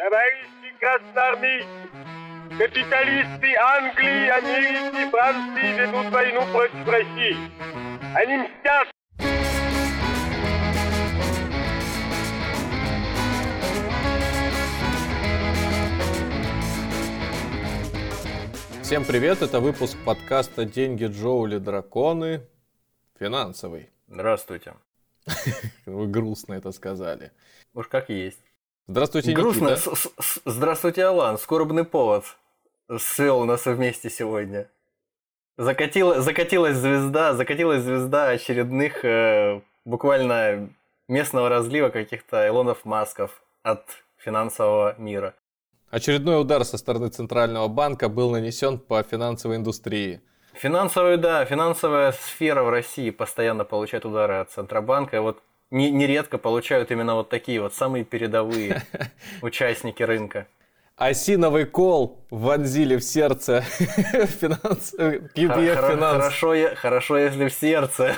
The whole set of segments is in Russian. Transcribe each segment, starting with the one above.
Товарищи красноармейцы, капиталисты Англии, Америки, Франции ведут войну против России. Они мстят. Всем привет, это выпуск подкаста «Деньги, Джоули, драконы» финансовый. Здравствуйте. Вы грустно это сказали. Уж как есть. Здравствуйте, грустно. Никита. Здравствуйте, Алан. Скорбный повод свел нас вместе сегодня. Закатилась звезда очередных буквально местного разлива каких-то Илонов Масков от финансового мира. Очередной удар со стороны Центрального банка был нанесен по финансовой индустрии. Финансовая сфера в России постоянно получает удары от Центробанка. И вот нередко получают именно вот такие вот самые передовые участники рынка. Осиновый кол вонзили в сердце QBF Finance. Хорошо, если в сердце.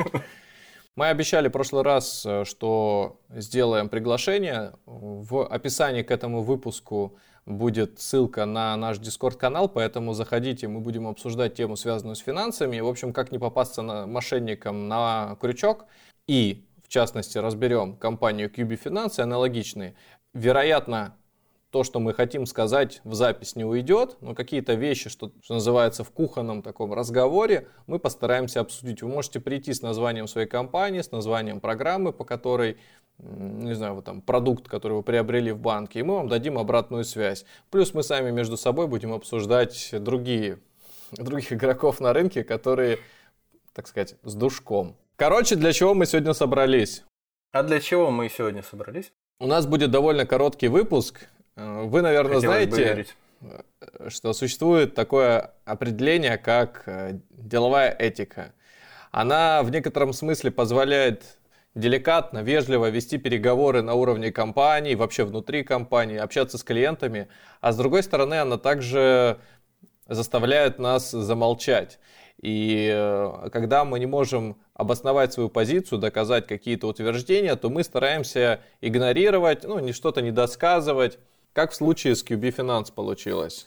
Мы обещали в прошлый раз, что сделаем приглашение. В описании к этому выпуску будет ссылка на наш Discord-канал, поэтому заходите, мы будем обсуждать тему, связанную с финансами. В общем, как не попасться мошенникам на крючок. И, в частности, разберем компанию QB Finance и аналогичные. Вероятно, то, что мы хотим сказать, в запись не уйдет, но какие-то вещи, что называется, в кухонном таком разговоре, мы постараемся обсудить. Вы можете прийти с названием своей компании, с названием программы, по которой, не знаю, вот там продукт, который вы приобрели в банке, и мы вам дадим обратную связь. Плюс мы сами между собой будем обсуждать других игроков на рынке, которые, так сказать, с душком. Короче, для чего мы сегодня собрались? А для чего мы сегодня собрались? У нас будет довольно короткий выпуск. Вы, наверное, знаете, что существует такое определение, как деловая этика. Она в некотором смысле позволяет деликатно, вежливо вести переговоры на уровне компании, вообще внутри компании, общаться с клиентами, а с другой стороны, она также заставляет нас замолчать. И когда мы не можем обосновать свою позицию, доказать какие-то утверждения, то мы стараемся игнорировать, что-то недосказывать. Как в случае с QB Finance получилось.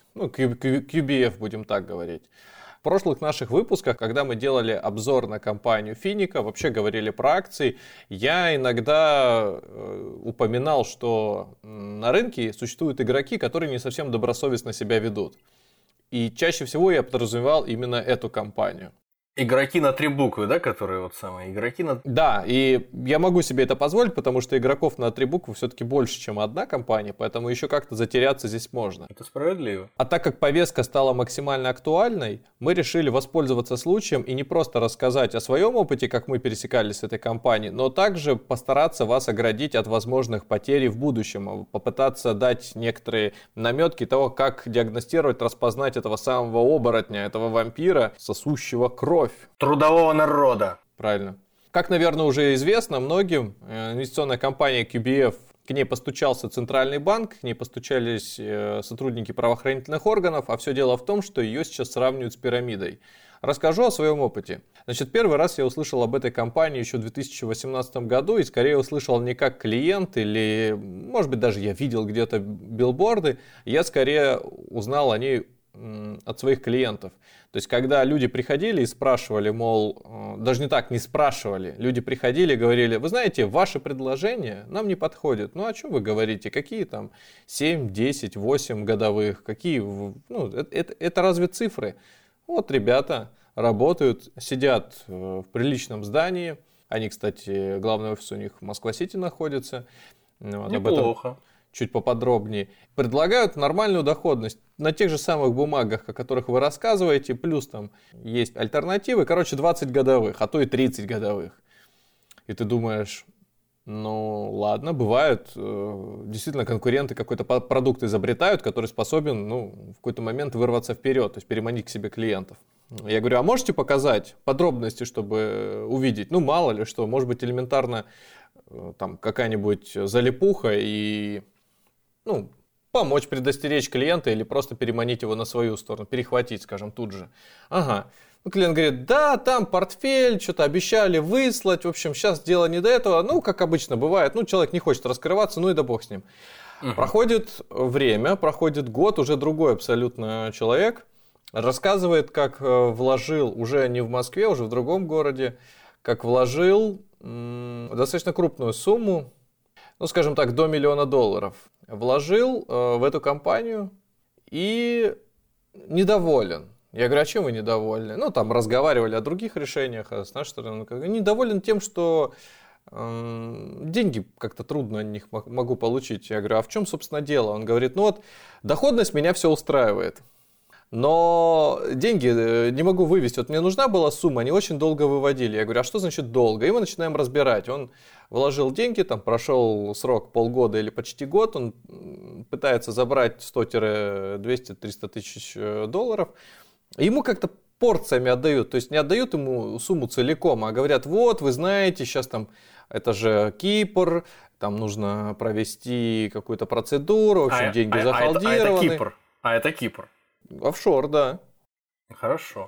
QBF, будем так говорить. В прошлых наших выпусках, когда мы делали обзор на компанию Финика, вообще говорили про акции, я иногда упоминал, что на рынке существуют игроки, которые не совсем добросовестно себя ведут. И чаще всего я подразумевал именно эту компанию. Игроки на 3 буквы, да, которые вот самые игроки на... Да, и я могу себе это позволить, потому что игроков на 3 буквы все-таки больше, чем одна компания, поэтому еще как-то затеряться здесь можно. Это справедливо. А так как повестка стала максимально актуальной, мы решили воспользоваться случаем и не просто рассказать о своем опыте, как мы пересекались с этой компанией, но также постараться вас оградить от возможных потерь в будущем, попытаться дать некоторые наметки того, как диагностировать, распознать этого самого оборотня, этого вампира, сосущего кровь. Трудового народа. Правильно. Как, наверное, уже известно многим, инвестиционная компания QBF, к ней постучался Центральный банк, к ней постучались сотрудники правоохранительных органов, а все дело в том, что ее сейчас сравнивают с пирамидой. Расскажу о своем опыте. Значит, первый раз я услышал об этой компании еще в 2018 году, и скорее услышал не как клиент, или, может быть, даже я видел где-то билборды, я скорее узнал о ней от своих клиентов. То есть, когда люди приходили и спрашивали, мол, даже не так, не спрашивали, люди приходили и говорили, вы знаете, ваше предложение нам не подходит. Ну, о чем вы говорите? Какие там 7, 10, 8 годовых? Какие? Это разве цифры? Вот ребята работают, сидят в приличном здании. Они, кстати, главный офис у них в Москва-Сити находится. Неплохо. Чуть поподробнее, предлагают нормальную доходность на тех же самых бумагах, о которых вы рассказываете, плюс там есть альтернативы, 20 годовых, а то и 30 годовых. И ты думаешь, ладно, бывают, действительно конкуренты какой-то продукт изобретают, который способен, в какой-то момент вырваться вперед, то есть переманить к себе клиентов. Я говорю, а можете показать подробности, чтобы увидеть? Мало ли что, может быть, элементарно там какая-нибудь залипуха и... помочь предостеречь клиента или просто переманить его на свою сторону, перехватить, скажем, тут же. Ага. Клиент говорит, да, там портфель, что-то обещали выслать, в общем, сейчас дело не до этого. Как обычно бывает, человек не хочет раскрываться, и да бог с ним. Проходит время, проходит год, уже другой абсолютно человек рассказывает, как вложил, уже не в Москве, уже в другом городе, как вложил достаточно крупную сумму, ну, скажем так, до $1 миллиона. Вложил в эту компанию и недоволен. Я говорю, а чем вы недовольны? Ну, там разговаривали о других решениях, а с нашей стороны, недоволен тем, что деньги как-то трудно от них могу получить. Я говорю, а в чем, собственно, дело? Он говорит, ну вот, доходность меня все устраивает. Но деньги не могу вывести. Вот мне нужна была сумма, они очень долго выводили. Я говорю, а что значит долго? И мы начинаем разбирать. Он вложил деньги, там прошел срок полгода или почти год, он пытается забрать 100-200-300 тысяч долларов. Ему как-то порциями отдают, то есть не отдают ему сумму целиком, а говорят, вот, вы знаете, сейчас там, это же Кипр, там нужно провести какую-то процедуру, в общем, деньги захалдированы. Это Кипр. Офшор, да. Хорошо.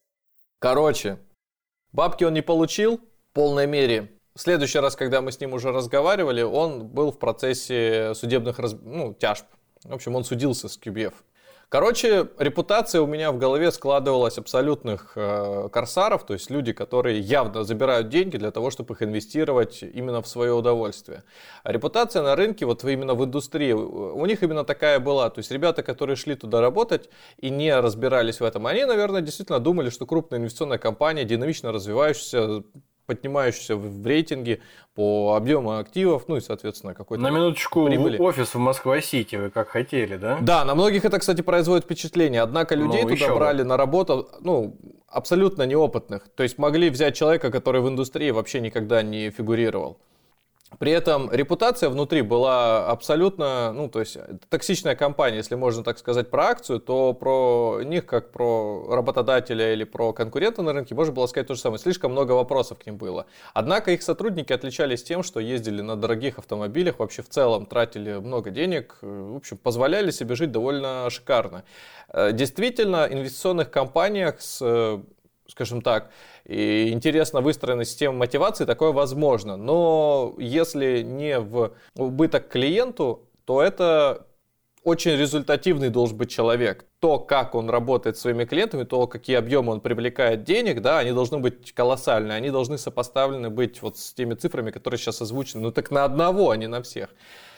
Короче, бабки он не получил в полной мере. В следующий раз, когда мы с ним уже разговаривали, он был в процессе судебных тяжб. В общем, он судился с QBF. Короче, репутация у меня в голове складывалась абсолютных корсаров, то есть люди, которые явно забирают деньги для того, чтобы их инвестировать именно в свое удовольствие. А репутация на рынке, вот именно в индустрии, у них именно такая была. То есть ребята, которые шли туда работать и не разбирались в этом, они, наверное, действительно думали, что крупная инвестиционная компания, динамично развивающаяся, поднимающийся в рейтинге по объему активов, ну и, соответственно, какой-то на минуточку прибыли. Офис в Москва-Сити вы как хотели, да? Да, на многих это, кстати, производит впечатление. Однако людей туда брали на работу, абсолютно неопытных. То есть могли взять человека, который в индустрии вообще никогда не фигурировал. При этом репутация внутри была абсолютно, то есть токсичная компания, если можно так сказать про акцию, то про них, как про работодателя или про конкурента на рынке, можно было сказать то же самое. Слишком много вопросов к ним было. Однако их сотрудники отличались тем, что ездили на дорогих автомобилях, вообще в целом тратили много денег, в общем, позволяли себе жить довольно шикарно. Действительно, в инвестиционных компаниях с, скажем так, и интересно выстроена система мотивации, такое возможно. Но если не в убыток клиенту, то это очень результативный должен быть человек. То, как он работает с своими клиентами, то, какие объемы он привлекает денег, да, они должны быть колоссальные. Они должны сопоставлены быть вот с теми цифрами, которые сейчас озвучены. Ну так на одного, а не на всех.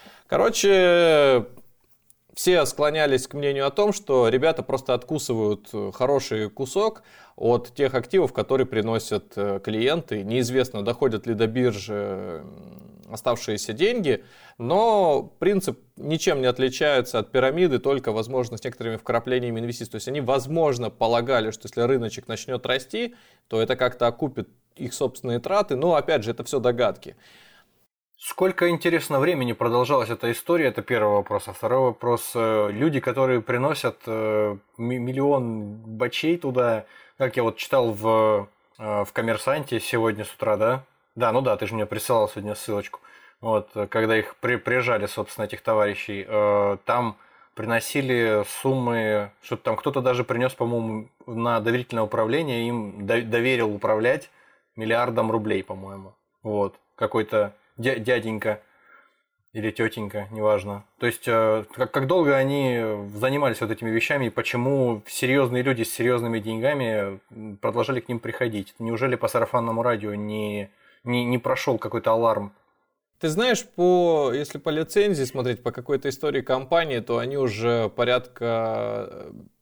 Короче, все склонялись к мнению о том, что ребята просто откусывают хороший кусок от тех активов, которые приносят клиенты. Неизвестно, доходят ли до биржи оставшиеся деньги, но принцип ничем не отличается от пирамиды, только, возможно, с некоторыми вкраплениями инвестиций. То есть они, возможно, полагали, что если рыночек начнет расти, то это как-то окупит их собственные траты, но, опять же, это все догадки. Сколько, интересно, времени продолжалась эта история? Это первый вопрос. А второй вопрос. Люди, которые приносят миллион бачей туда, как я вот читал в «Коммерсанте» сегодня с утра, да? Да, ты же мне присылал сегодня ссылочку. Вот, когда их приезжали, собственно, этих товарищей, там приносили суммы, что-то там кто-то даже принес, по-моему, на доверительное управление, им доверил управлять $1 миллиард рублей, по-моему. Вот, какой-то дяденька или тетенька, неважно. То есть, как долго они занимались вот этими вещами и почему серьезные люди с серьезными деньгами продолжали к ним приходить? Неужели по сарафанному радио не прошел какой-то аларм? Ты знаешь, если по лицензии смотреть, по какой-то истории компании, то они уже порядка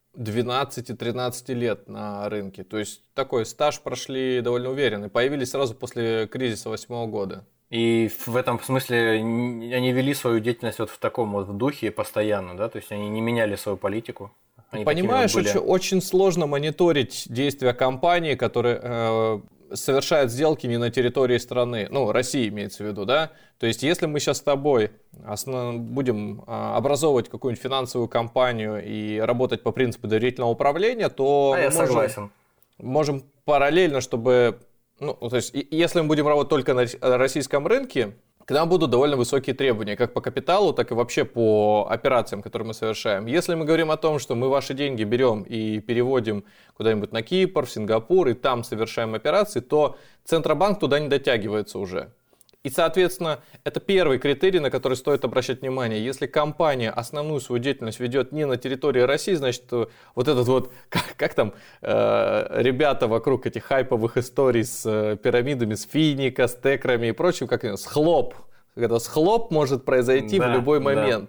12-13 лет на рынке. То есть такой стаж прошли довольно уверенно. Появились сразу после кризиса 2008 года. И в этом смысле они вели свою деятельность вот в таком вот духе постоянно, да? То есть они не меняли свою политику. Понимаешь, очень сложно мониторить действия компании, которые совершают сделки не на территории страны. России имеется в виду, да? То есть если мы сейчас с тобой будем образовывать какую-нибудь финансовую компанию и работать по принципу доверительного управления, то мы можем параллельно, чтобы... то есть, если мы будем работать только на российском рынке, к нам будут довольно высокие требования, как по капиталу, так и вообще по операциям, которые мы совершаем. Если мы говорим о том, что мы ваши деньги берем и переводим куда-нибудь на Кипр, в Сингапур, и там совершаем операции, то Центробанк туда не дотягивается уже. И, соответственно, это первый критерий, на который стоит обращать внимание. Если компания основную свою деятельность ведет не на территории России, значит, вот этот вот, как там ребята вокруг этих хайповых историй с пирамидами, с Финика, с текрами и прочим, схлоп. Когда схлоп может произойти в любой момент.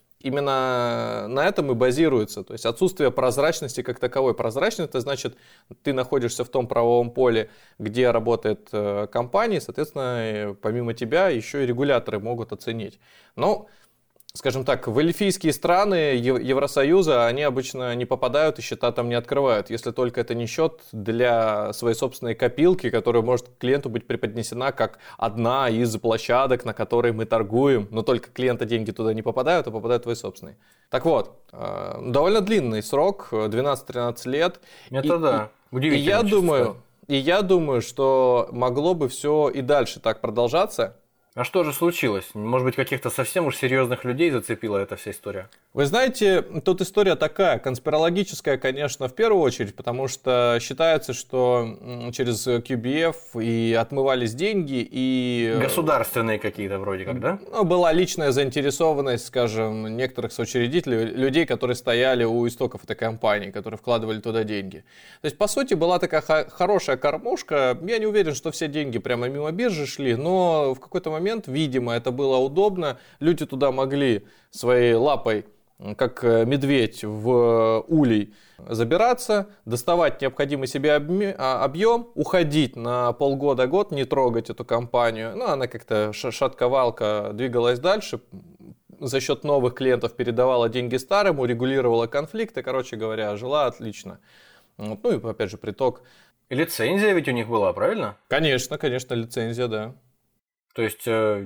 Именно на этом и базируется. То есть отсутствие прозрачности как таковой. Прозрачность — это значит, ты находишься в том правовом поле, где работает компания, соответственно, помимо тебя еще и регуляторы могут оценить. Но, скажем так, в эльфийские страны Евросоюза они обычно не попадают и счета там не открывают, если только это не счет для своей собственной копилки, которая может клиенту быть преподнесена как одна из площадок, на которой мы торгуем, но только клиента деньги туда не попадают, а попадают твои собственные. Так вот, довольно длинный срок, 12-13 лет. Это удивительно. И я думаю, что могло бы все и дальше так продолжаться. А что же случилось? Может быть, каких-то совсем уж серьезных людей зацепила эта вся история? Вы знаете, тут история такая, конспирологическая, конечно, в первую очередь, потому что считается, что через QBF и отмывались деньги, и... Государственные какие-то вроде как, да? Ну, была личная заинтересованность, скажем, некоторых соучредителей, людей, которые стояли у истоков этой компании, которые вкладывали туда деньги. То есть, по сути, была такая хорошая кормушка. Я не уверен, что все деньги прямо мимо биржи шли, но в какой-то момент, видимо, это было удобно. Люди туда могли своей лапой, как медведь в улей, забираться, доставать необходимый себе объем, уходить на полгода-год, не трогать эту компанию. Ну, она как-то шатковалка двигалась дальше, за счет новых клиентов передавала деньги старым, урегулировала конфликты, короче говоря, жила отлично. Вот. Ну и, опять же, приток. И лицензия ведь у них была, правильно? Конечно, лицензия, да. То есть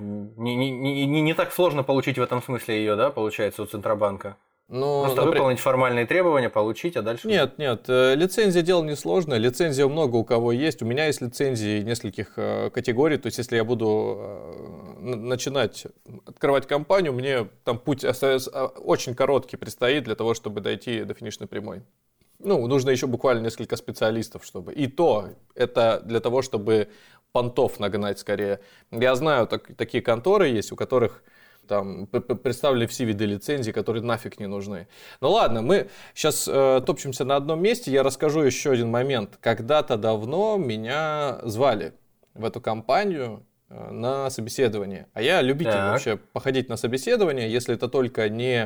не так сложно получить в этом смысле ее, да, получается, у Центробанка? Просто выполнить формальные требования, получить, а дальше... Нет, лицензия дело несложное, лицензия много у кого есть. У меня есть лицензии нескольких категорий, то есть если я буду начинать открывать компанию, мне там путь очень короткий предстоит для того, чтобы дойти до финишной прямой. Ну, нужно еще буквально несколько специалистов, чтобы... И то, это для того, чтобы понтов нагнать скорее. Я знаю, такие конторы есть, у которых там представлены все виды лицензий, которые нафиг не нужны. Ну ладно, мы сейчас топчемся на одном месте. Я расскажу еще один момент. Когда-то давно меня звали в эту компанию на собеседование. А я любитель вообще походить на собеседование, если это только не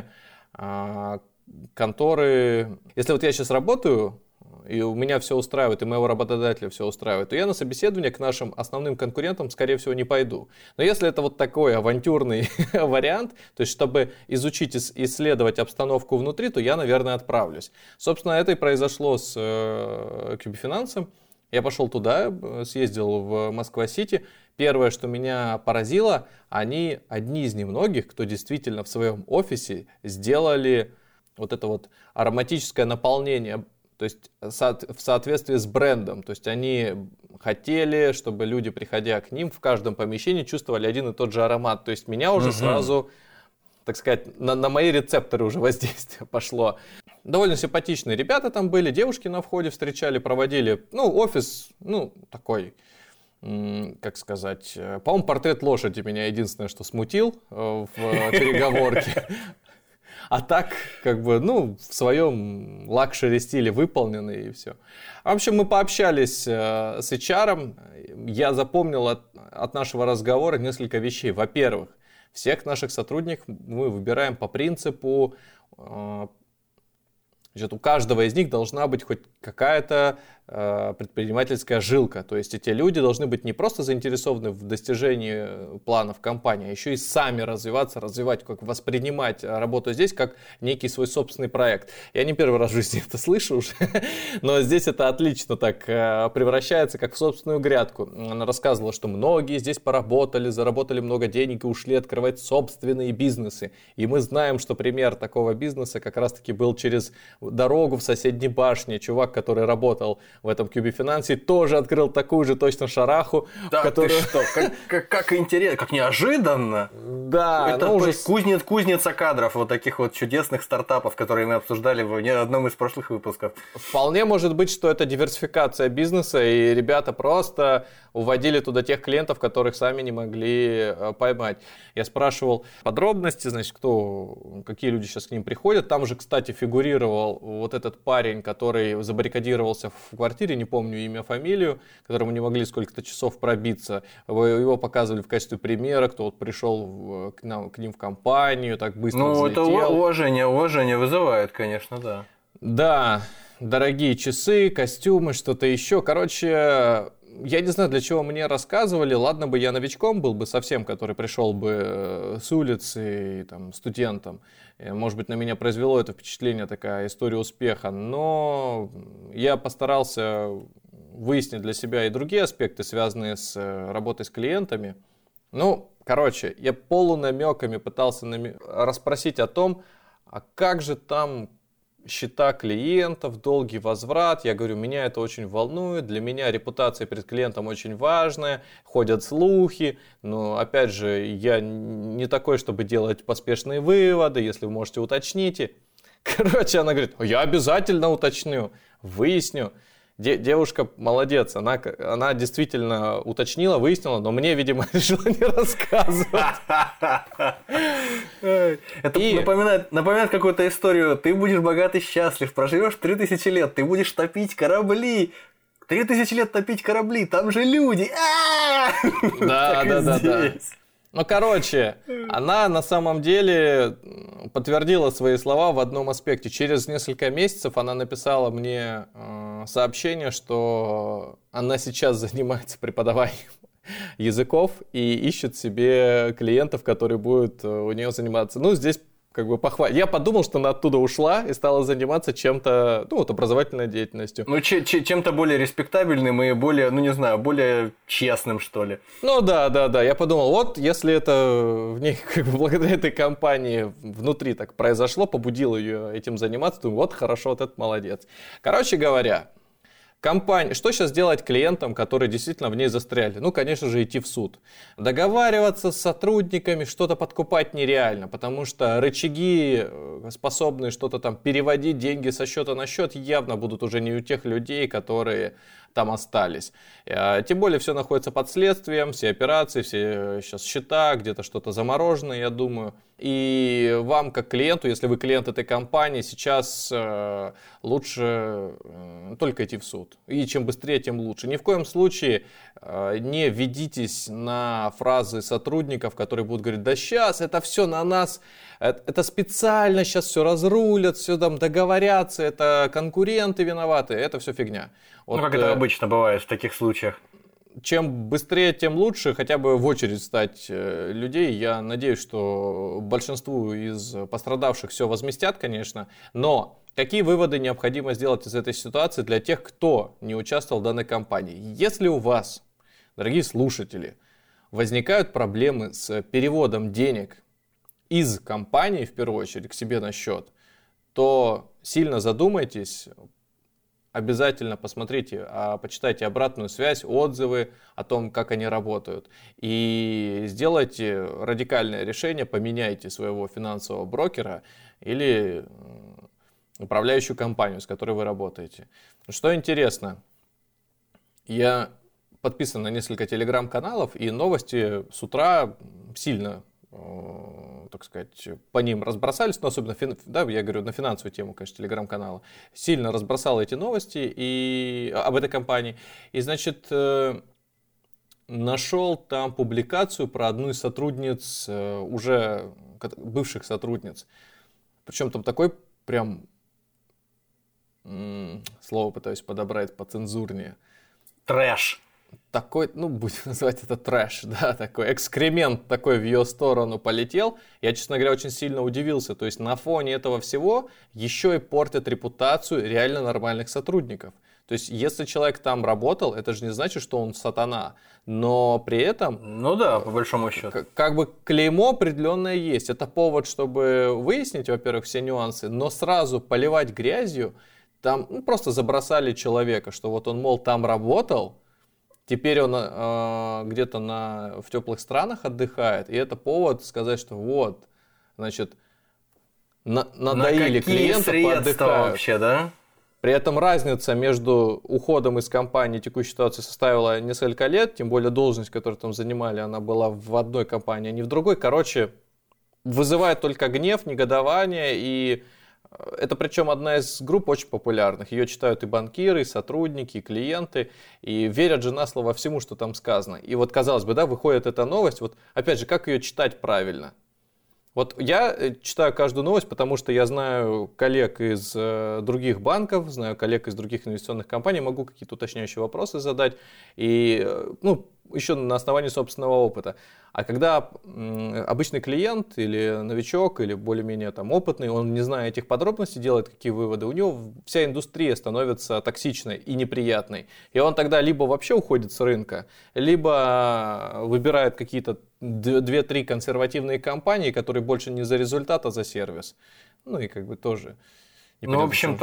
конторы. Если вот я сейчас работаю, и у меня все устраивает, и моего работодателя все устраивает, то я на собеседование к нашим основным конкурентам, скорее всего, не пойду. Но если это вот такой авантюрный вариант, то есть чтобы изучить, исследовать обстановку внутри, то я, наверное, отправлюсь. Собственно, это и произошло с QB Финансом. Я пошел туда, съездил в Москва-Сити. Первое, что меня поразило, они одни из немногих, кто действительно в своем офисе сделали вот это вот ароматическое наполнение, то есть в соответствии с брендом. То есть они хотели, чтобы люди, приходя к ним, в каждом помещении чувствовали один и тот же аромат. То есть меня уже сразу, так сказать, на мои рецепторы уже воздействие пошло. Довольно симпатичные ребята там были, девушки на входе встречали, проводили. Ну, офис, ну, такой, как сказать, по-моему, портрет лошади меня единственное, что смутил в переговорке. А так, как бы, ну, в своем лакшери стиле выполнены и все. В общем, мы пообщались с HR. Я запомнил от нашего разговора несколько вещей. Во-первых, всех наших сотрудников мы выбираем по принципу, значит, у каждого из них должна быть хоть какая-то предпринимательская жилка. То есть эти люди должны быть не просто заинтересованы в достижении планов компании, а еще и сами развивать, как воспринимать работу здесь как некий свой собственный проект. Я не первый раз в жизни это слышу уже, но здесь это отлично так превращается как в собственную грядку. Она рассказывала, что многие здесь поработали, заработали много денег и ушли открывать собственные бизнесы. И мы знаем, что пример такого бизнеса как раз-таки был через дорогу в соседней башне. Чувак, который работал в этом Кьюбифинансе, тоже открыл такую же точно шараху. Да, которую... ты что, как интересно, как неожиданно. Да, это кузница кадров вот таких вот чудесных стартапов, которые мы обсуждали в одном из прошлых выпусков. Вполне может быть, что это диверсификация бизнеса, и ребята просто уводили туда тех клиентов, которых сами не могли поймать. Я спрашивал подробности, значит, какие люди сейчас к ним приходят. Там же, кстати, фигурировал вот этот парень, который забаррикадировался в квартире, не помню имя, фамилию, которому не могли сколько-то часов пробиться. Его показывали в качестве примера, кто вот пришел к ним в компанию, так быстро взлетел. Это уважение вызывает, конечно, да. Да, дорогие часы, костюмы, что-то еще. Короче, я не знаю, для чего мне рассказывали. Ладно бы я новичком был бы совсем, который пришел бы с улицы, там, студентом. Может быть, на меня произвело это впечатление, такая история успеха. Но я постарался выяснить для себя и другие аспекты, связанные с работой с клиентами. Ну, короче, я полунамеками пытался расспросить о том, а как же там счета клиентов, долгий возврат. Я говорю, меня это очень волнует, для меня репутация перед клиентом очень важная, ходят слухи, но опять же, я не такой, чтобы делать поспешные выводы, если вы можете, уточните. Короче, она говорит, я обязательно уточню, выясню. Девушка молодец, она действительно уточнила, выяснила, но мне, видимо, решила не рассказывать. Это напоминает какую-то историю. Ты будешь богат и счастлив, проживешь 3000 лет, ты будешь топить корабли. 3000 лет топить корабли, там же люди. Да. Ну, короче, она на самом деле подтвердила свои слова в одном аспекте. Через несколько месяцев она написала мне сообщение, что она сейчас занимается преподаванием языков и ищет себе клиентов, которые будут у нее заниматься. Ну, здесь как бы Я подумал, что она оттуда ушла и стала заниматься чем-то, образовательной деятельностью. Ну, чем-то более респектабельным и более, более честным, что ли. Ну, да. Я подумал, вот, если это в ней, благодаря этой компании внутри так произошло, побудило ее этим заниматься, думаю, вот, хорошо, вот этот молодец. Короче говоря, что сейчас делать клиентам, которые действительно в ней застряли? Ну, конечно же, идти в суд. Договариваться с сотрудниками, что-то подкупать нереально, потому что рычаги, способные что-то там переводить деньги со счета на счет, явно будут уже не у тех людей, которые там остались. Тем более все находится под следствием, все операции, все сейчас счета, где-то что-то заморожено, я думаю. И вам, как клиенту, если вы клиент этой компании, сейчас лучше только идти в суд. И чем быстрее, тем лучше. Ни в коем случае не ведитесь на фразы сотрудников, которые будут говорить, да сейчас, это все на нас, это специально сейчас все разрулят, все там договорятся, это конкуренты виноваты, это все фигня. Вот, как это обычно бывает в таких случаях. Чем быстрее, тем лучше, хотя бы в очередь стать людей. Я надеюсь, что большинству из пострадавших все возместят, конечно, но какие выводы необходимо сделать из этой ситуации для тех, кто не участвовал в данной кампании? Если у вас, дорогие слушатели, возникают проблемы с переводом денег из компании, в первую очередь, к себе на счет, то сильно задумайтесь, обязательно посмотрите, почитайте обратную связь, отзывы о том, как они работают. И сделайте радикальное решение, поменяйте своего финансового брокера или управляющую компанию, с которой вы работаете. Что интересно, я подписан на несколько телеграм-каналов, и новости с утра сильно, так сказать, по ним разбросались, но особенно, я говорю, на финансовую тему, конечно, телеграм-канала, сильно разбросал эти новости об этой компании. И, значит, нашел там публикацию про одну из сотрудниц, уже бывших сотрудниц. Причем там такой прям, слово пытаюсь подобрать поцензурнее. Трэш. Такой, будем называть это трэш, да, такой экскремент такой в ее сторону полетел. Я, честно говоря, очень сильно удивился. То есть на фоне этого всего еще и портят репутацию реально нормальных сотрудников. То есть, если человек там работал, это же не значит, что он сатана. Но при этом... Ну да, по большому счету. Как бы клеймо определенное есть. Это повод, чтобы выяснить, во-первых, все нюансы, но сразу поливать грязью, там просто забросали человека, что вот он, мол, там работал, теперь он где-то в теплых странах отдыхает, и это повод сказать, что вот, значит, надоели клиентов, отдыхают. Вообще, да? При этом разница между уходом из компании текущей ситуации составила несколько лет, тем более должность, которую там занимали, она была в одной компании, а не в другой. Короче, вызывает только гнев, негодование, и это причем одна из групп очень популярных. Ее читают и банкиры, и сотрудники, и клиенты, и верят же на слово всему, что там сказано. И вот, казалось бы, да, выходит эта новость, вот опять же, как ее читать правильно? Вот я читаю каждую новость, потому что я знаю коллег из других банков, знаю коллег из других инвестиционных компаний, могу какие-то уточняющие вопросы задать, и еще на основании собственного опыта. А когда обычный клиент или новичок, или более-менее там опытный, он, не зная этих подробностей, делает какие выводы, у него вся индустрия становится токсичной и неприятной. И он тогда либо вообще уходит с рынка, либо выбирает какие-то 2-3 консервативные компании, которые больше не за результат, а за сервис. Ну и как бы тоже... Ну, в общем,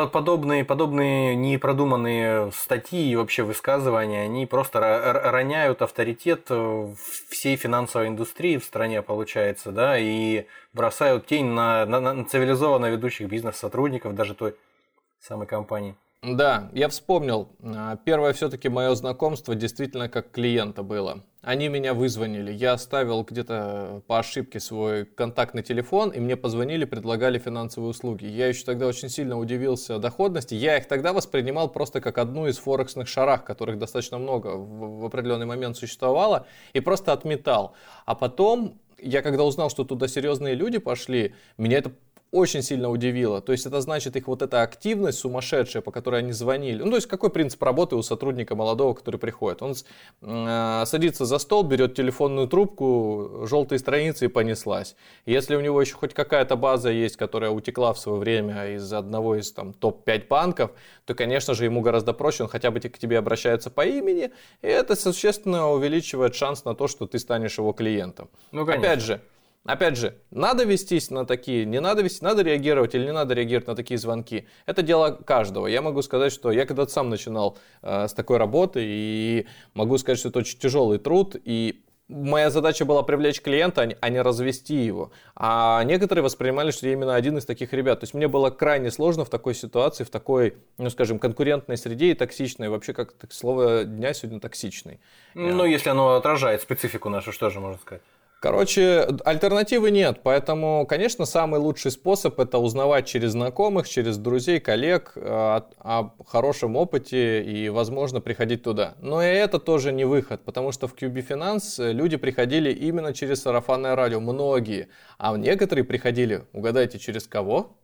подобные непродуманные статьи и вообще высказывания, они просто роняют авторитет всей финансовой индустрии в стране, получается, да, и бросают тень на цивилизованно ведущих бизнес-сотрудников даже той самой компании. Да, я вспомнил. Первое все-таки мое знакомство действительно как клиента было. Они меня вызвонили. Я оставил где-то по ошибке свой контактный телефон, и мне позвонили, предлагали финансовые услуги. Я еще тогда очень сильно удивился доходности. Я их тогда воспринимал просто как одну из форексных шарах, которых достаточно много в определенный момент существовало, и просто отметал. А потом, я когда узнал, что туда серьезные люди пошли, меня это очень сильно удивило. То есть это значит их вот эта активность сумасшедшая, по которой они звонили. Ну, то есть какой принцип работы у сотрудника молодого, который приходит? Он садится за стол, берет телефонную трубку, желтые страницы и понеслась. Если у него еще хоть какая-то база есть, которая утекла в свое время из одного из там топ-5 банков, то, конечно же, ему гораздо проще, он хотя бы к тебе обращается по имени, и это существенно увеличивает шанс на то, что ты станешь его клиентом. Ну, конечно. Опять же, надо вестись на такие, не надо вестись, надо реагировать или не надо реагировать на такие звонки. Это дело каждого. Я могу сказать, что я когда-то сам начинал с такой работы, и могу сказать, что это очень тяжелый труд, и моя задача была привлечь клиента, а не развести его. А некоторые воспринимали, что я именно один из таких ребят. То есть мне было крайне сложно в такой ситуации, в такой, ну скажем, конкурентной среде и токсичной. Вообще, как слово дня сегодня токсичный. Ну, если оно отражает специфику нашу, что же можно сказать? Короче, альтернативы нет, поэтому, конечно, самый лучший способ – это узнавать через знакомых, через друзей, коллег о хорошем опыте и, возможно, приходить туда. Но и это тоже не выход, потому что в QB Finance люди приходили именно через сарафанное радио, многие, а некоторые приходили, угадайте, через кого?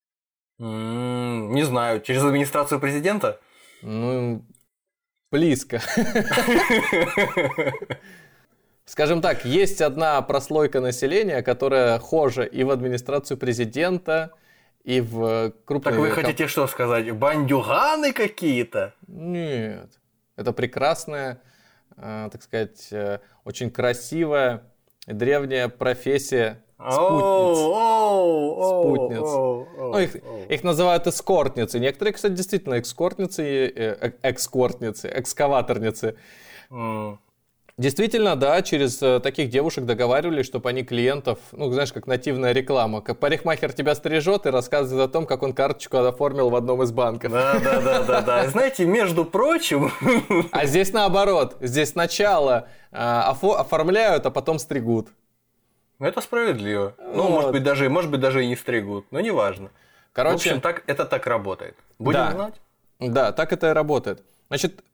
Не знаю, через администрацию президента? Ну, близко. Скажем так, есть одна прослойка населения, которая хожа и в администрацию президента, и в крупные... Так вы хотите что сказать? Бандюганы какие-то? Нет. Это прекрасная, так сказать, очень красивая, древняя профессия спутниц. Ну, их называют эскортницы. Некоторые, кстати, действительно экскортницы, экскаваторницы. Действительно, да, через таких девушек договаривались, чтобы они клиентов, ну, знаешь, как нативная реклама. Как парикмахер тебя стрижет и рассказывает о том, как он карточку оформил в одном из банков. Да. Знаете, между прочим... А здесь наоборот. Здесь сначала оформляют, а потом стригут. Это справедливо. Ну, может быть, даже и не стригут, но неважно. Короче, в общем, это так работает. Будем знать? Да, так это и работает. Значит,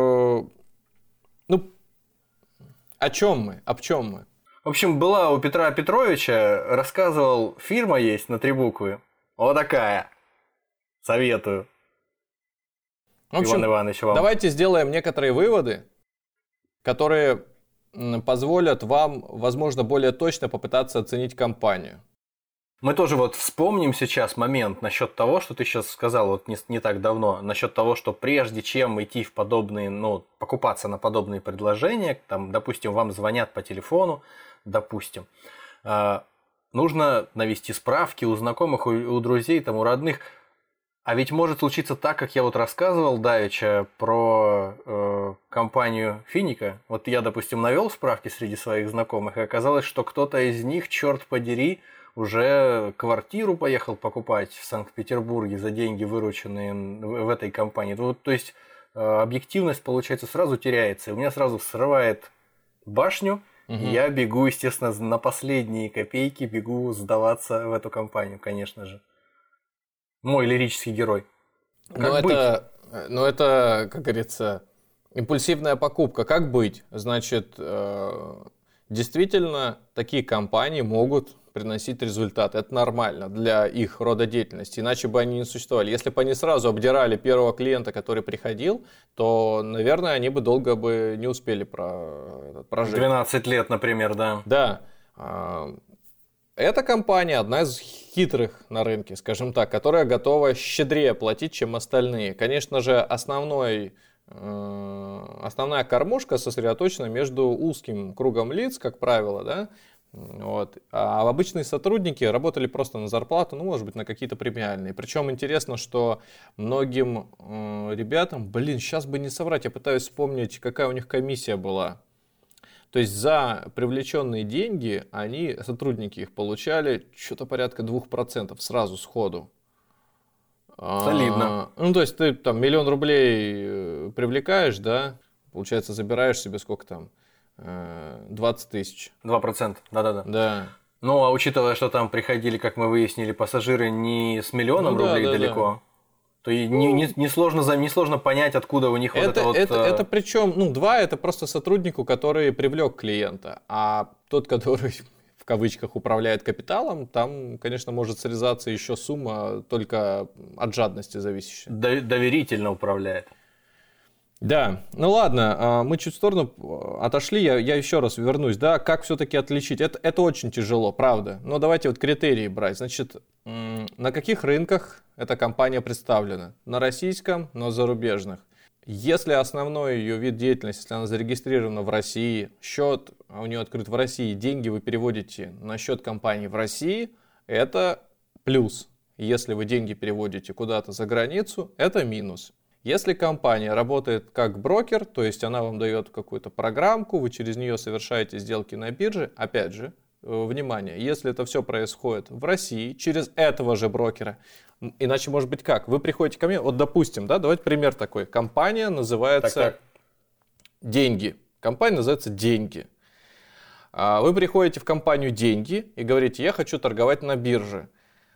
о чем мы? В общем, была у Петра Петровича, рассказывал, фирма есть на 3 буквы. Вот такая. Советую. В общем, Иван Иванович, вам. Давайте сделаем некоторые выводы, которые позволят вам, возможно, более точно попытаться оценить компанию. Мы тоже вот вспомним сейчас момент насчет того, что ты сейчас сказал вот не так давно, насчет того, что прежде чем идти в подобные, покупаться на подобные предложения, там, допустим, вам звонят по телефону, допустим, нужно навести справки у знакомых, у друзей, там, у родных. А ведь может случиться так, как я вот рассказывал давеча про компанию Финика. Вот я, допустим, навел справки среди своих знакомых, и оказалось, что кто-то из них, черт подери, уже квартиру поехал покупать в Санкт-Петербурге за деньги, вырученные в этой компании. То есть объективность, получается, сразу теряется. И у меня сразу срывает башню, и я бегу, естественно, на последние копейки, бегу сдаваться в эту компанию, конечно же. Мой лирический герой. Это, как говорится, импульсивная покупка. Как быть? Значит, действительно, такие компании могут приносить результат. Это нормально для их рода деятельности, иначе бы они не существовали. Если бы они сразу обдирали первого клиента, который приходил, то, наверное, они бы долго бы не успели прожить. 12 лет, например, да. Да. Эта компания одна из хитрых на рынке, скажем так, которая готова щедрее платить, чем остальные. Конечно же, основная кормушка сосредоточена между узким кругом лиц, как правило, да. Вот. А обычные сотрудники работали просто на зарплату, может быть, на какие-то премиальные. Причем интересно, что многим ребятам, сейчас бы не соврать, я пытаюсь вспомнить, какая у них комиссия была. То есть за привлеченные деньги сотрудники их получали что-то порядка 2% сразу сходу. Солидно. То есть ты там 1 000 000 рублей привлекаешь, да, получается, забираешь себе сколько там? 20 000. 2%, да-да-да. Да. А учитывая, что там приходили, как мы выяснили, пассажиры не с 1 000 000 рублей далеко, то и несложно понять, откуда у них это причем, 2 это просто сотруднику, который привлек клиента, а тот, который в кавычках управляет капиталом, там, конечно, может срезаться еще сумма только от жадности зависящая. Доверительно управляет. Да, ладно, мы чуть в сторону отошли, я еще раз вернусь, да, как все-таки отличить, это очень тяжело, правда, но давайте вот критерии брать, значит, на каких рынках эта компания представлена, на российском, на зарубежных. Если основной ее вид деятельности, если она зарегистрирована в России, счет у нее открыт в России, деньги вы переводите на счет компании в России, это плюс, если вы деньги переводите куда-то за границу, это минус. Если компания работает как брокер, то есть она вам дает какую-то программку, вы через нее совершаете сделки на бирже, опять же, внимание, если это все происходит в России, через этого же брокера, иначе может быть как? Вы приходите ко мне, вот допустим, да, давайте пример такой, компания называется «Деньги». Компания называется «Деньги». Вы приходите в компанию «Деньги» и говорите, я хочу торговать на бирже.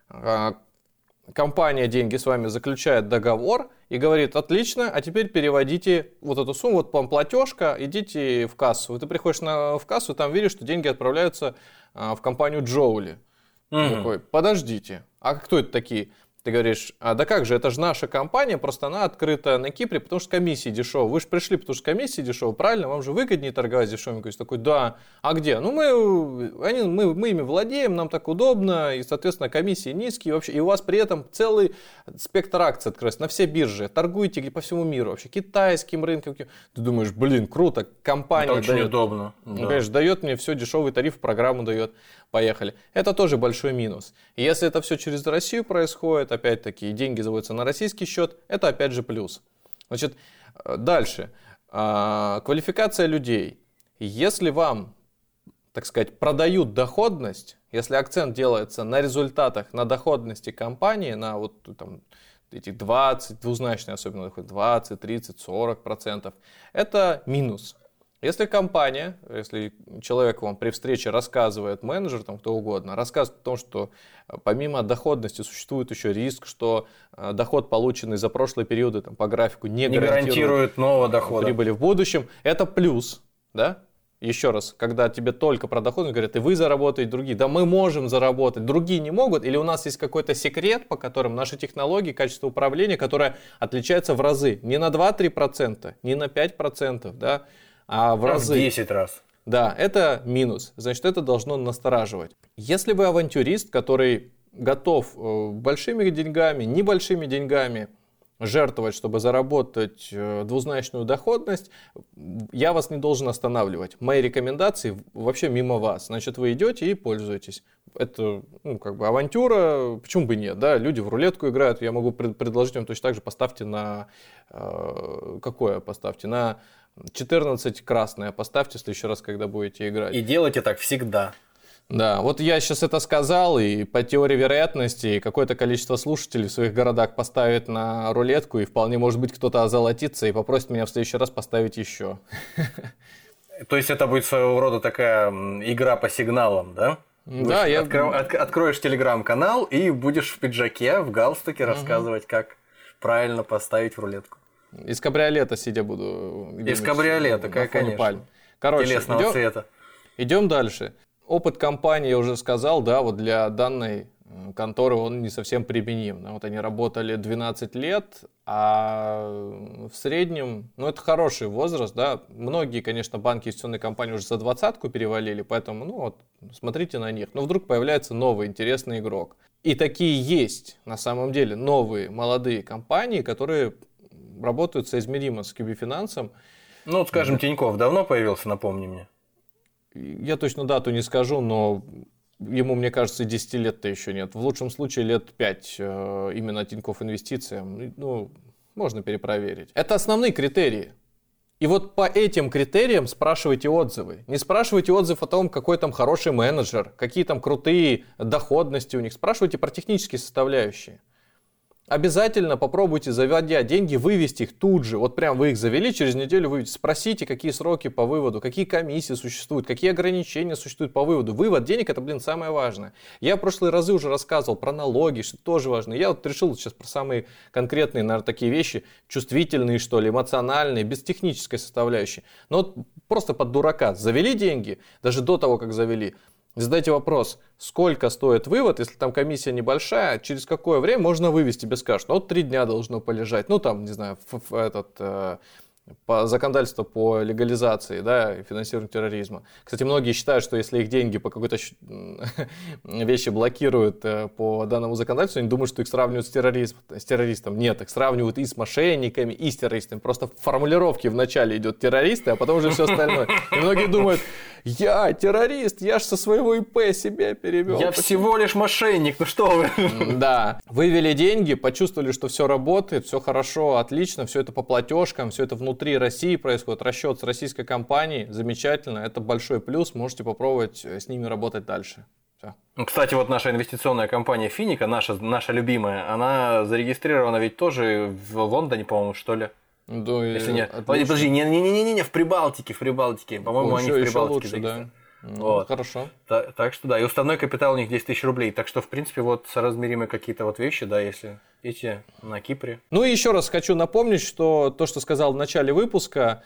Компания «Деньги» с вами заключает договор и говорит, отлично, а теперь переводите вот эту сумму, вот вам платежка, идите в кассу. И ты приходишь в кассу, там видишь, что деньги отправляются в компанию Джоули. Такой, подождите, а кто это такие? Ты говоришь, да как же, это же наша компания, просто она открыта на Кипре, потому что комиссии дешевые. Вы же пришли, потому что комиссии дешевые, правильно? Вам же выгоднее торговать дешевенько. Такой, да, а где? Мы ими владеем, нам так удобно, и, соответственно, комиссии низкие вообще. И у вас при этом целый спектр акций открылся на все биржи. Торгуете по всему миру вообще, китайским рынком. Ты думаешь, круто, компания это очень удобно. Конечно, дает мне все, дешевый тариф, программу дает. Поехали. Это тоже большой минус. И если это все через Россию происходит, опять-таки, деньги заводятся на российский счет, это опять же плюс. Значит, дальше. Квалификация людей. Если вам, так сказать, продают доходность, если акцент делается на результатах, на доходности компании, на вот там эти 20, двузначные особенно, 20, 30, 40%, это минус. Если компания, если человек вам при встрече рассказывает, менеджер, там, кто угодно, рассказывает о том, что помимо доходности существует еще риск, что доход, полученный за прошлые периоды там, по графику, не гарантирует нового дохода, прибыли в будущем, это плюс. Да? Еще раз, когда тебе только про доходность говорят, и вы заработаете, другие, да мы можем заработать, другие не могут, или у нас есть какой-то секрет, по которым наши технологии, качество управления, которое отличается в разы, не на 2-3%, не на 5%, да, а в разы. В 10 раз. Да, это минус. Значит, это должно настораживать. Если вы авантюрист, который готов большими деньгами, небольшими деньгами жертвовать, чтобы заработать двузначную доходность, я вас не должен останавливать. Мои рекомендации вообще мимо вас. Значит, вы идете и пользуетесь. Это, авантюра, почему бы нет, да? Люди в рулетку играют, я могу предложить вам точно так же, поставьте на... Какое поставьте? На 14 красное поставьте в следующий раз, когда будете играть. И делайте так всегда. Да, вот я сейчас это сказал, и по теории вероятности какое-то количество слушателей в своих городах поставит на рулетку, и вполне может быть кто-то озолотится и попросит меня в следующий раз поставить еще. То есть это будет своего рода такая игра по сигналам, да? Да, откроешь телеграм-канал и будешь в пиджаке, в галстуке рассказывать, как правильно поставить в рулетку. Из кабриолета сидя буду. Из кабриолета, конечно. Короче, телесного цвета. Идем дальше. Опыт компании, я уже сказал, да, вот для данной конторы он не совсем применим. Вот они работали 12 лет, а в среднем, это хороший возраст, да. Многие, конечно, банки и инвестиционные компании уже за 20-ку перевалили, поэтому, смотрите на них. Но вдруг появляется новый интересный игрок. И такие есть, на самом деле, новые молодые компании, которые работают соизмеримо с QB финансом. Скажем, Тинькофф давно появился, напомни мне. Я точно дату не скажу, но ему, мне кажется, 10 лет-то еще нет. В лучшем случае лет 5 именно Тинькофф инвестициям. Можно перепроверить. Это основные критерии. И вот по этим критериям спрашивайте отзывы. Не спрашивайте отзыв о том, какой там хороший менеджер, какие там крутые доходности у них. Спрашивайте про технические составляющие. Обязательно попробуйте, заводя деньги, вывести их тут же. Вот прям вы их завели, через неделю выведите. Спросите, какие сроки по выводу, какие комиссии существуют, какие ограничения существуют по выводу. Вывод денег – это, самое важное. Я в прошлые разы уже рассказывал про налоги, что тоже важно. Я решил сейчас про самые конкретные, наверное, такие вещи, чувствительные, что ли, эмоциональные, без технической составляющей. Но просто под дурака завели деньги, даже до того, как завели. Задайте вопрос, сколько стоит вывод, если там комиссия небольшая, через какое время можно вывести без кэш? 3 дня должно полежать. Не знаю, по законодательству по легализации, да, и финансированию терроризма. Кстати, многие считают, что если их деньги по какой-то вещи блокируют по данному законодательству, они думают, что их сравнивают с террористом. Нет, их сравнивают и с мошенниками, и с террористами. Просто в формулировке вначале идет террористы, а потом уже все остальное. И многие думают, я террорист, я ж со своего ИП себе перевел. Я всего лишь мошенник, что вы? Да, вывели деньги, почувствовали, что все работает, все хорошо, отлично, все это по платежкам, все это внутри России происходит, расчет с российской компанией, замечательно, это большой плюс, можете попробовать с ними работать дальше. Все. Кстати, вот наша инвестиционная компания Финика, наша любимая, она зарегистрирована ведь тоже в Лондоне, по-моему, что ли? Да, если не... Подожди, не, в Прибалтике, по-моему, они в Прибалтике лучше, зарегистрированы. Да. Вот. Хорошо. Так что да, и уставной капитал у них 10 тысяч рублей. Так что, в принципе, соразмеримые какие-то вещи, да, если эти на Кипре. И еще раз хочу напомнить, что то, что сказал в начале выпуска,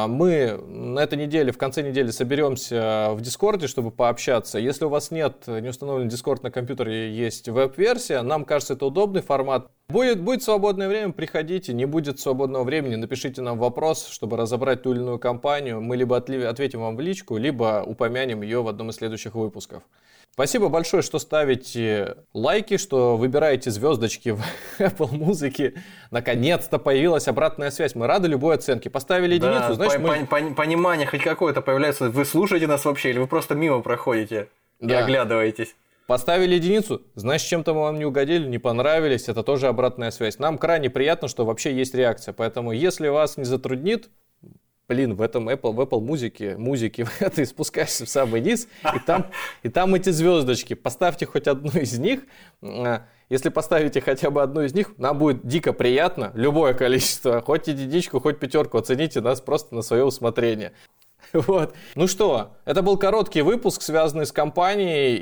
мы на этой неделе, в конце недели соберемся в Дискорде, чтобы пообщаться. Если у вас не установлен Дискорд на компьютере, есть веб-версия, нам кажется, это удобный формат. Будет свободное время, приходите, не будет свободного времени, напишите нам вопрос, чтобы разобрать ту или иную компанию. Мы либо ответим вам в личку, либо упомянем ее в одном из следующих выпусков. Спасибо большое, что ставите лайки, что выбираете звездочки в Apple Music. Наконец-то появилась обратная связь. Мы рады любой оценке. Поставили единицу, понимание хоть какое-то появляется. Вы слушаете нас вообще или вы просто мимо проходите и оглядываетесь? Поставили единицу, значит, чем-то мы вам не угодили, не понравились. Это тоже обратная связь. Нам крайне приятно, что вообще есть реакция. Поэтому, если вас не затруднит, в Apple музыке в этой спускайся в самый низ, и там эти звездочки. Поставьте хоть одну из них. Если поставите хотя бы одну из них, нам будет дико приятно. Любое количество, хоть единичку, хоть 5, оцените нас просто на свое усмотрение. Вот. Ну что, это был короткий выпуск, связанный с компанией,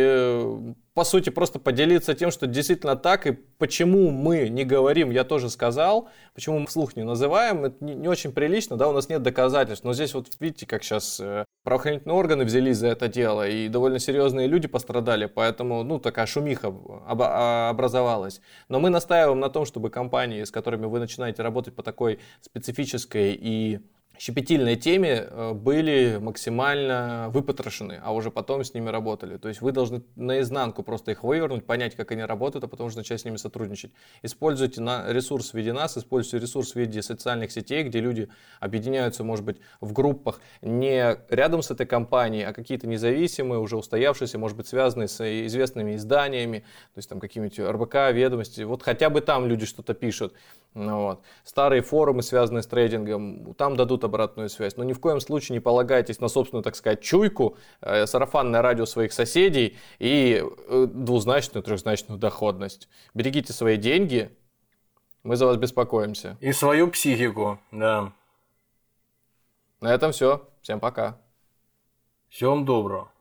и по сути просто поделиться тем, что действительно так, и почему мы не говорим, я тоже сказал, почему мы вслух не называем, это не очень прилично, да, у нас нет доказательств, но здесь вот видите, как сейчас правоохранительные органы взялись за это дело, и довольно серьезные люди пострадали, поэтому, такая шумиха образовалась. Но мы настаиваем на том, чтобы компании, с которыми вы начинаете работать по такой специфической и щепетильной теме были максимально выпотрошены, а уже потом с ними работали. То есть вы должны наизнанку просто их вывернуть, понять, как они работают, а потом уже начать с ними сотрудничать. Используйте ресурс в виде нас, используйте ресурс в виде социальных сетей, где люди объединяются, может быть, в группах не рядом с этой компанией, а какие-то независимые, уже устоявшиеся, может быть, связанные с известными изданиями, то есть там какими-нибудь РБК, Ведомости. Вот хотя бы там люди что-то пишут. Вот. Старые форумы, связанные с трейдингом, там дадут обратную связь. Но ни в коем случае не полагайтесь на собственную, так сказать, чуйку, сарафанное радио своих соседей и двузначную, трехзначную доходность. Берегите свои деньги, мы за вас беспокоимся. И свою психику, да. На этом все. Всем пока. Всем доброго.